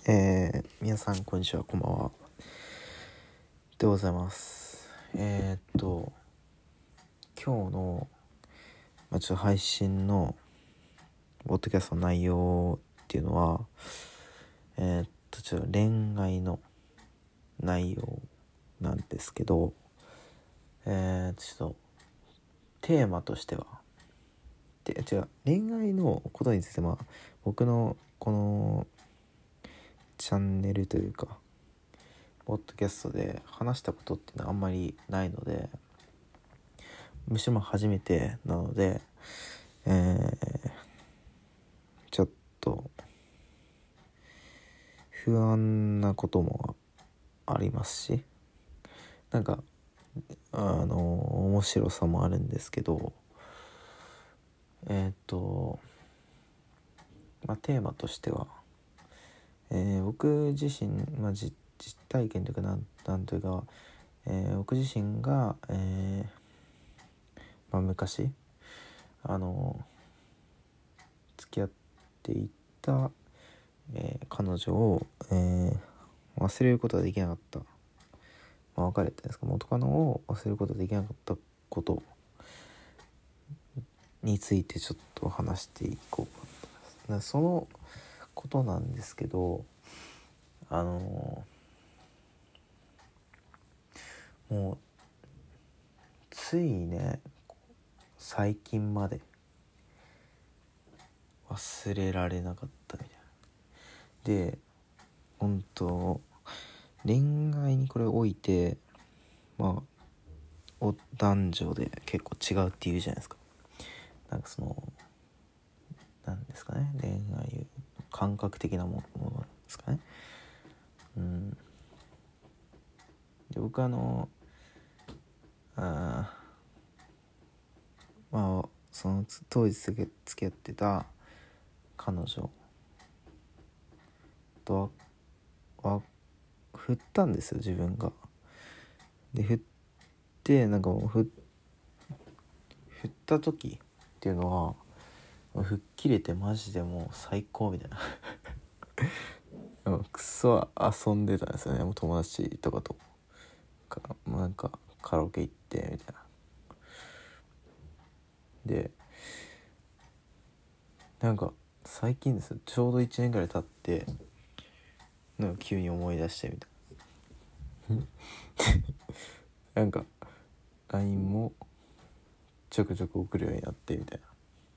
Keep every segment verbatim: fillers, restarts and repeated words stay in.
えー、皆さんこんにちは、こんばんはでございます。えー、っと今日の、まあ、ちょっと配信のポッドキャストの内容っていうのはえー、っとちょっと恋愛の内容なんですけど、えー、ちょっとテーマとしてはで違う恋愛のことについて、まあ僕のこのチャンネルというかポッドキャストで話したことっていうのはあんまりないので、むしろ初めてなので、えー、ちょっと不安なこともありますし、なんかあの面白さもあるんですけど、えっ、ー、とまあテーマとしては、えー、僕自身、まあ、実実体験というかなんなんというか、えー、僕自身が、えーまあ、昔あの付き合っていた、えー、彼女を、えー、忘れることができなかった、まあ、別れたんですけど元カノを忘れることができなかったことについてちょっと話していこうかと思います。そのことなんですけど、あのー、もうついね最近まで忘れられなかったみたいな。で本当恋愛にこれ置いて、まあ男女で結構違うって言うじゃないですか。なんかそのなんですかね、恋愛感覚的なものなんですかね。うんで僕あのあまあその当時付き合ってた彼女とは振ったんですよ、自分が。で振ってなんかもう振振った時っていうのは吹っ切れてマジでもう最高みたいなクソ遊んでたんですよね、もう友達とかとかなんかカラオケ行ってみたいな。でなんか最近ですよ、ちょうどいちねんぐらい経ってなんか急に思い出してみたいななんか ライン もちょくちょく送るようになってみたいな。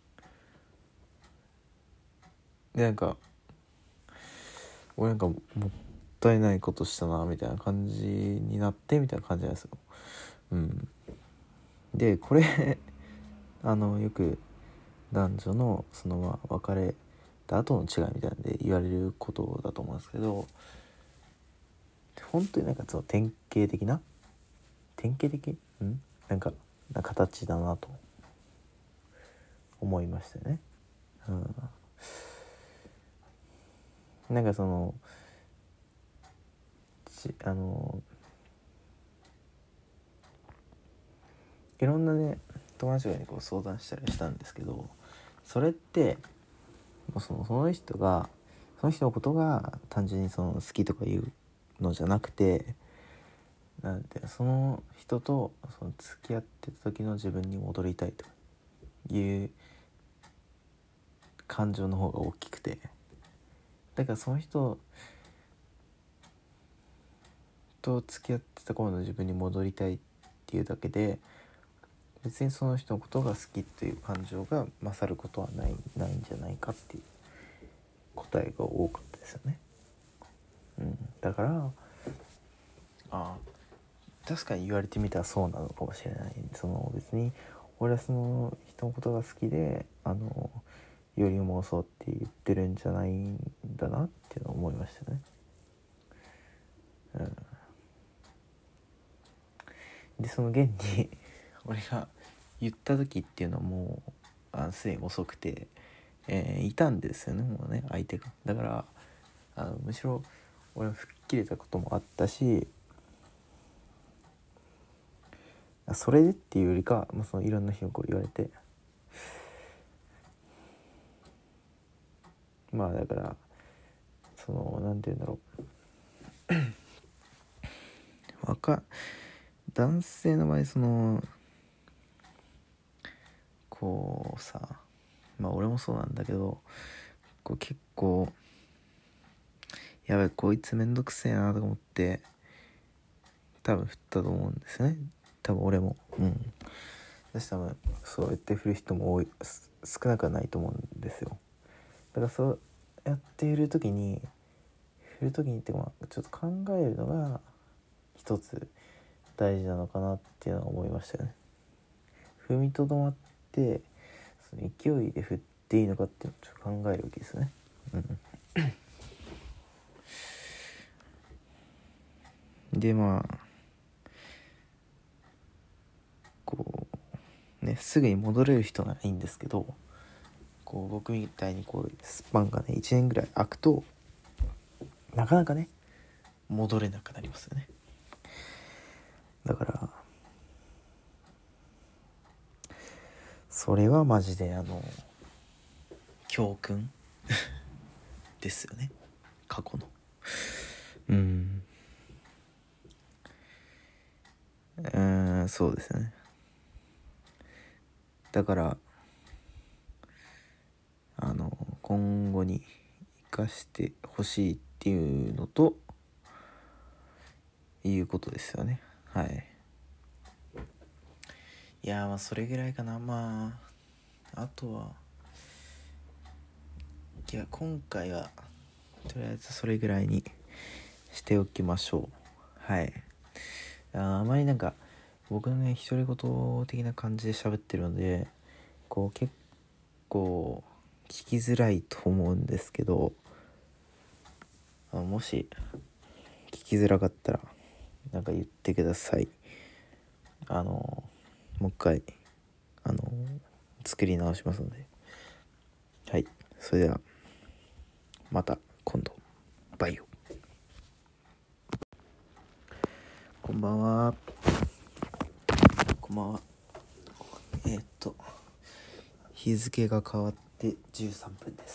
でなんか俺なんかもったいないことしたなみたいな感じになってみたいな感じなんですよ。うんでこれあのよく男女のそのまあ別れた後の違いみたいなんで言われることだと思うんですけど、本当になんかその典型的な典型的んなんかな形だなと思いましたね。うん、なんかそのちあのいろんなね友達がにこう相談したりしたんですけど、それってもうそのその人がその人のことが単純にその好きとかいうのじゃなくて、なんてその人とその付き合ってた時の自分に戻りたいという感情の方が大きくて、だからその人と付き合ってた頃の自分に戻りたいっていうだけで別にその人のことが好きという感情が勝ることはないないんじゃないかっていう答えが多かったですよね。うん、だからあ確かに言われてみたらそうなのかもしれない。その別に俺はその人のことが好きであのより妄想って言ってるんじゃないんだなっていうのを思いましたね。うん、でその現に俺が言った時っていうのはもうあすでに遅くて、えー、いたんですよね、もうね相手が。だからあのむしろ俺は吹っ切れたこともあったし、それでっていうよりか、まあ、そのいろんな人にこう言われて、まあだからそのなんて言うんだろう若男性の場合そのこうさ、まあ俺もそうなんだけど、こう結構やばいこいつめんどくせえなとか思って多分振ったと思うんですよね。多分俺もうん私多分そうやって振る人も多い少なくはないと思うんですよ。だからそうやっている時に振る時にってまあちょっと考えるのが一つ大事なのかなっていうのは思いましたよね。踏みとどまってその勢いで振っていいのかっていうのをちょっと考えるわけですよね。うん、でまあこうねすぐに戻れる人ならいいんですけど、こう僕みたいにこうスパンがねいちねんぐらい空くとなかなかね戻れなくなりますよね。だからそれはマジであの教訓ですよね、過去の。うんうーんそうですよね。だからあの今後に生かしてほしいっていうのということですよね。はい。いやまあそれぐらいかな。まああとはいや今回はとりあえずそれぐらいにしておきましょう。はい。あ, あまりなんか僕のね独り言的な感じで喋ってるのでこう結構聞きづらいと思うんですけど、あもし聞きづらかったらなんか言ってください。あのもう一回あの作り直しますので。はい、それではまた今度。バイオ。こんばんは。こんばんは。えー、っと日付が変わってじゅうさんぷんです。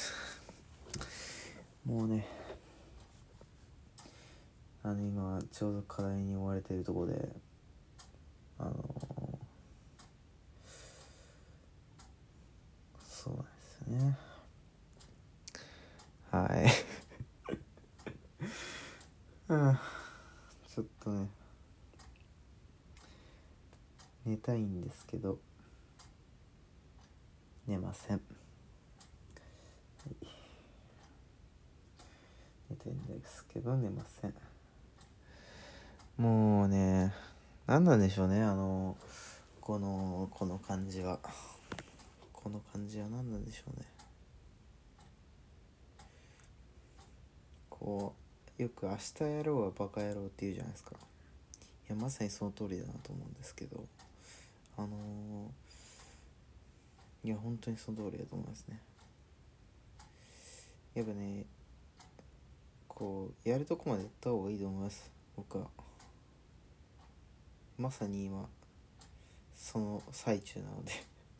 もうねあの今ちょうど課題に追われているところであのー、そうなんですよね。はいうんちょっとね寝たいんですけど寝ません。はい、寝たいんですけど寝ません。もうね何なんでしょうねあのこのこの感じはこの感じは何なんでしょうね。こうよく明日やろうはバカ野郎って言うじゃないですか。いやまさにその通りだなと思うんですけど、あのー、いや本当にその通りだと思いますね。やっぱねこうやるとこまでやった方がいいと思います。僕はまさに今その最中なので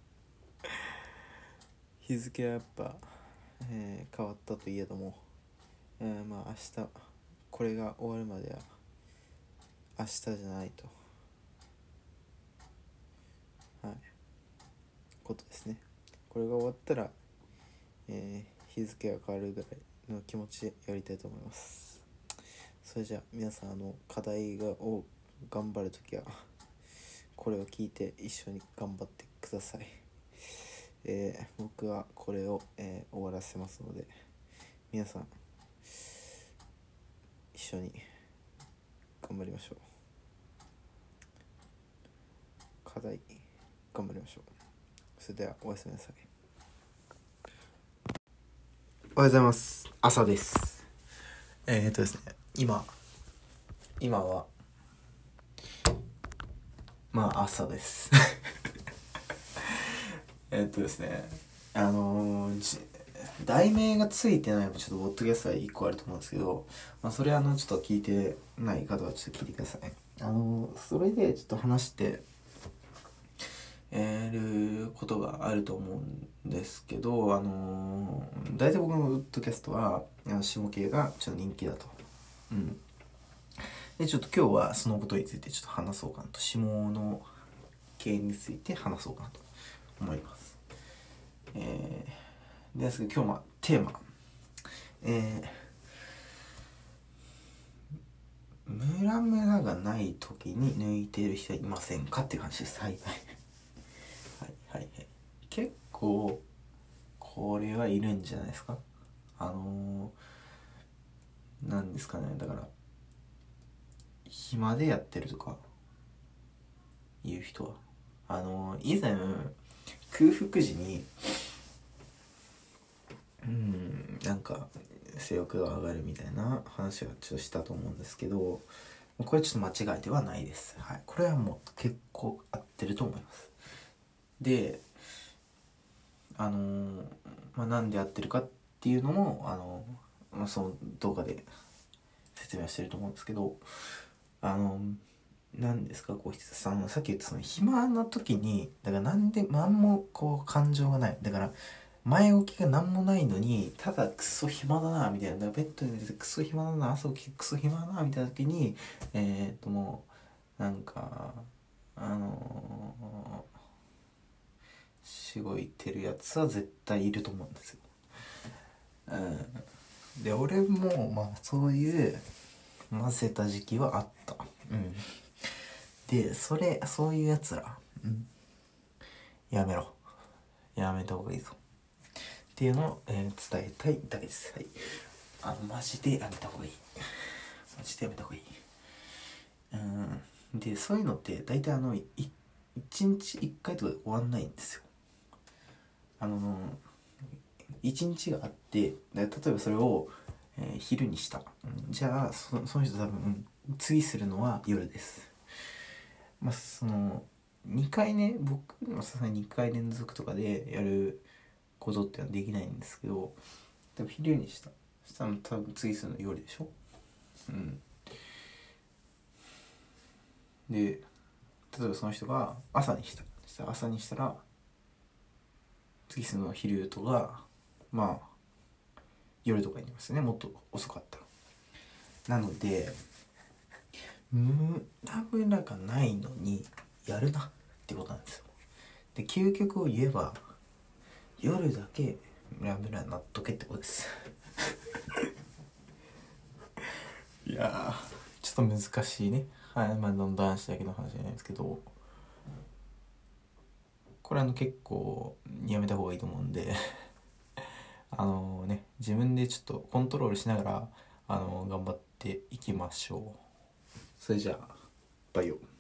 日付はやっぱ、えー、変わったといえども、えー、まあ明日これが終わるまでは明日じゃないとはいことですね。これが終わったら、えー、日付が変わるぐらいの気持ちでやりたいと思います。それじゃあ皆さんあの課題がを頑張るときはこれを聞いて一緒に頑張ってください。えー、僕はこれを、えー、終わらせますので皆さん一緒に頑張りましょう。課題頑張りましょう。それではおやすみなさい。おはようございます。朝です。えー、っとですね今今はまあ朝ですえっとですねあのー、題名がついてないちょっとポッドキャストはいっこあると思うんですけど、まあ、それあのちょっと聞いてない方はちょっと聞いてください。あのー、それでちょっと話してえー、ることがあると思うんですけど、あのー、大体僕のウッドキャストはあの下系がちょっと人気だと。うん。で、ちょっと今日はそのことについてちょっと話そうかなと。下の系について話そうかなと思います。えー、ですけど今日はテーマ。えー、ムラムラがない時に抜いている人はいませんかっていう話です。はいはい。はいはいはい。結構、これはいるんじゃないですか。あのー、なんですかね。だから、暇でやってるとか、いう人は。あのー、以前、空腹時に、うん、なんか、性欲が上がるみたいな話はちょっとしたと思うんですけど、これちょっと間違いではないです。はい。これはもう結構合ってると思います。で、あのー、まあ、なんで合ってるかっていうのも、あのー、まあ、その動画で説明してると思うんですけど、あのー、なんですか、こう、さん、さっき言ったその暇な時に、だからなんで、なんもこう感情がない。だから、前置きが何もないのに、ただクソ暇だな、みたいな。だからベッドに寝てクソ暇だな、朝起きてクソ暇だな、みたいな時に、えーっともう、なんか、あのー、しごいてるやつは絶対いると思うんですよ。うん。で、俺も、まあ、そういう、混ぜた時期はあった。うん。で、それ、そういうやつら、うん。やめろ。やめた方がいいぞ。っていうのを、えー伝えたいだけです。はい。あの、マジでやめた方がいい。マジでやめた方がいい。うん。で、そういうのって、大体あの、い一日一回とかで終わんないんですよ。あの、一日があって、例えばそれを、えー昼にした。うんじゃあそ、その人多分、次するのは夜です。まあ、その、にかいね、僕もさすがににかい連続とかでやることってのはできないんですけど、でも昼にした。そしたら多分次するの夜でしょ。うん。で、例えばその人が朝にした。そしたら朝にしたら、次するのは昼とか、まあ、夜とかになりますね。もっと遅かったら。なので、ムラムラがないのにやるなってことなんですよ。で、究極を言えば、夜だけムラムラなっとけってことです。いやー、ちょっと難しいね。はい、まあ、男子だけの話じゃないですけど、これあの結構やめた方がいいと思うんであのね、自分でちょっとコントロールしながら、あの頑張っていきましょう。それじゃあ、バイオ。